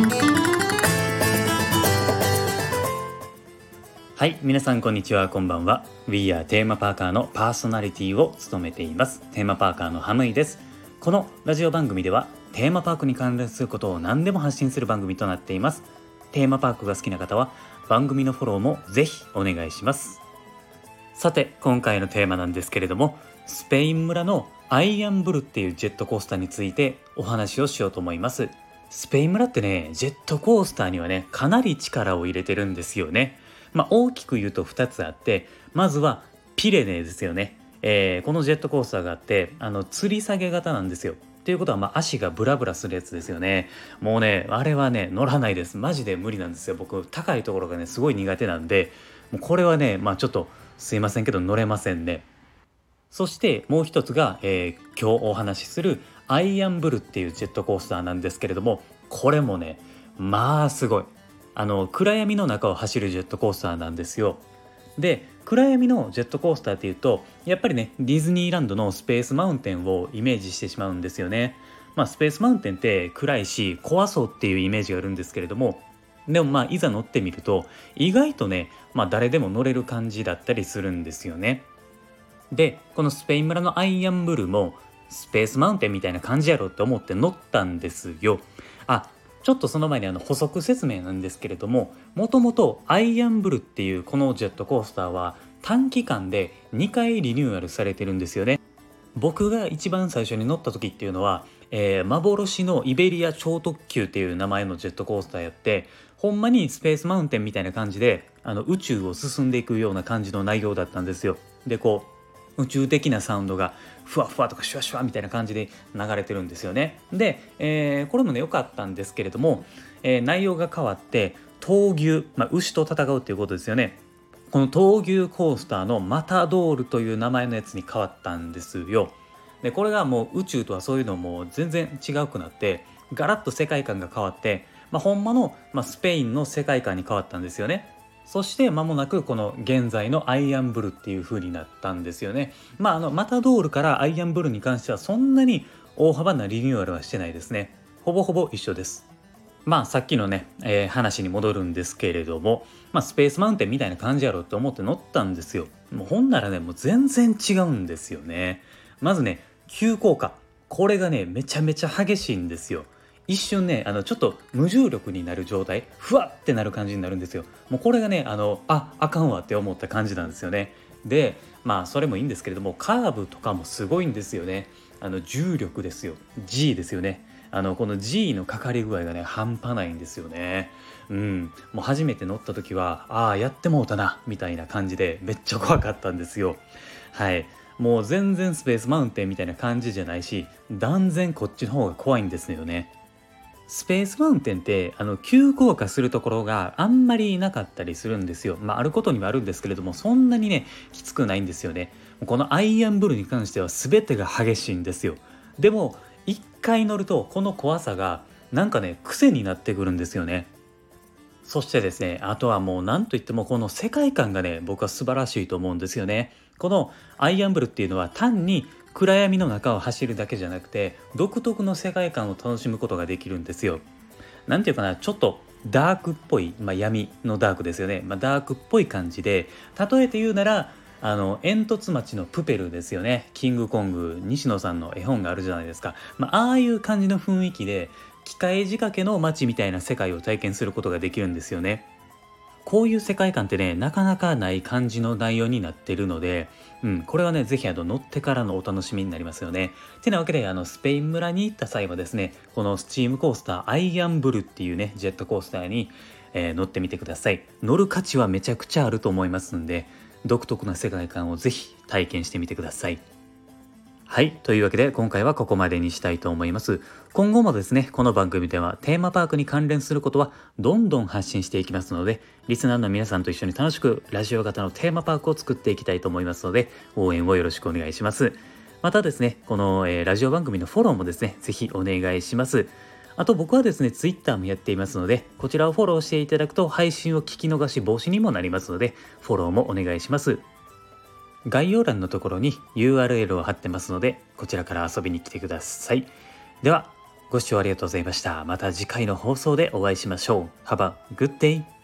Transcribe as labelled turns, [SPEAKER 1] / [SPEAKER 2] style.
[SPEAKER 1] はい、皆さんこんにちは、こんばんは。 We are テーマパーカーのパーソナリティを務めていますテーマパーカーのハムイです。このラジオ番組ではテーマパークに関連することを何でも発信する番組となっています。テーマパークが好きな方は番組のフォローもぜひお願いします。さて、今回のテーマなんですけれども、スペイン村のアイアンブルっていうジェットコースターについてお話をしようと思います。スペイン村ってね、ジェットコースターにはね、かなり力を入れてるんですよね。大きく言うと2つあって、まずはピレネーですよね。このジェットコースターがあって、吊り下げ型なんですよ。ということは、足がブラブラするやつですよね。もうね、あれはね、乗らないです。マジで無理なんですよ。僕、高いところがね、すごい苦手なんで、もうこれはね、ちょっとすいませんけど乗れませんね。そしてもう一つが、今日お話しするアイアンブルっていうジェットコースターなんですけれども、これもね、すごい。暗闇の中を走るジェットコースターなんですよ。で、暗闇のジェットコースターっていうと、やっぱりね、ディズニーランドのスペースマウンテンをイメージしてしまうんですよね。スペースマウンテンって暗いし怖そうっていうイメージがあるんですけれども、でもいざ乗ってみると意外とね、誰でも乗れる感じだったりするんですよね。で、このスペイン村のアイアンブルもスペースマウンテンみたいな感じやろって思って乗ったんですよ。ちょっとその前に補足説明なんですけれども、もともとアイアンブルっていうこのジェットコースターは短期間で2回リニューアルされてるんですよね。僕が一番最初に乗った時っていうのは、幻のイベリア超特急っていう名前のジェットコースターやって、ほんまにスペースマウンテンみたいな感じで宇宙を進んでいくような感じの内容だったんですよ。で、宇宙的なサウンドがふわふわとかシュワシュワみたいな感じで流れてるんですよね。で、これもね良かったんですけれども、内容が変わって闘牛、牛と戦うっていうことですよね。この闘牛コースターのマタドールという名前のやつに変わったんですよ。で、これがもう宇宙とはそういうのも全然違うくなって、ガラッと世界観が変わって、ほんまの、スペインの世界観に変わったんですよね。そして間もなくこの現在のアイアンブルっていう風になったんですよね。マタドールからアイアンブルに関してはそんなに大幅なリニューアルはしてないですね。ほぼほぼ一緒です。さっきのね、話に戻るんですけれども、スペースマウンテンみたいな感じやろって思って乗ったんですよ。もうほんならね、もう全然違うんですよね。まずね、急降下。これがね、めちゃめちゃ激しいんですよ。一瞬ね、ちょっと無重力になる状態、ふわってなる感じになるんですよ。もうこれがね、あかんわって思った感じなんですよね。で、それもいいんですけれども、カーブとかもすごいんですよね。重力ですよ。G ですよね。この G のかかり具合がね、半端ないんですよね。もう初めて乗った時は、やってもうたなみたいな感じでめっちゃ怖かったんですよ。はい。もう全然スペースマウンテンみたいな感じじゃないし、断然こっちの方が怖いんですよね。スペースマウンテンって急降下するところがあんまりなかったりするんですよ。あることにはあるんですけれども、そんなにねきつくないんですよね。このアイアンブルに関しては全てが激しいんですよ。でも一回乗るとこの怖さがなんかね癖になってくるんですよね。そしてですね、あとはもう何といってもこの世界観がね、僕は素晴らしいと思うんですよね。このアイアンブルっていうのは単に暗闇の中を走るだけじゃなくて、独特の世界観を楽しむことができるんですよ。なんていうかな、ちょっとダークっぽい、闇のダークですよね。ダークっぽい感じで、例えて言うなら、煙突町のプペルですよね。キングコング、西野さんの絵本があるじゃないですか。ああいう感じの雰囲気で、機械仕掛けの街みたいな世界を体験することができるんですよね。こういう世界観ってね、なかなかない感じの内容になってるので、これはね、ぜひ乗ってからのお楽しみになりますよね。てなわけで、スペイン村に行った際はですね、このスチームコースター、アイアンブルっていうね、ジェットコースターに、乗ってみてください。乗る価値はめちゃくちゃあると思いますんで、独特な世界観をぜひ体験してみてください。はい。というわけで今回はここまでにしたいと思います。今後もですね、この番組ではテーマパークに関連することはどんどん発信していきますので、リスナーの皆さんと一緒に楽しくラジオ型のテーマパークを作っていきたいと思いますので、応援をよろしくお願いします。またですね、この、ラジオ番組のフォローもですね、ぜひお願いします。あと僕はですね、ツイッターもやっていますので、こちらをフォローしていただくと配信を聞き逃し防止にもなりますので、フォローもお願いします。概要欄のところに URL を貼ってますので、こちらから遊びに来てください。では、 ご視聴ありがとうございました。また次回の放送でお会いしましょう。Have a good day!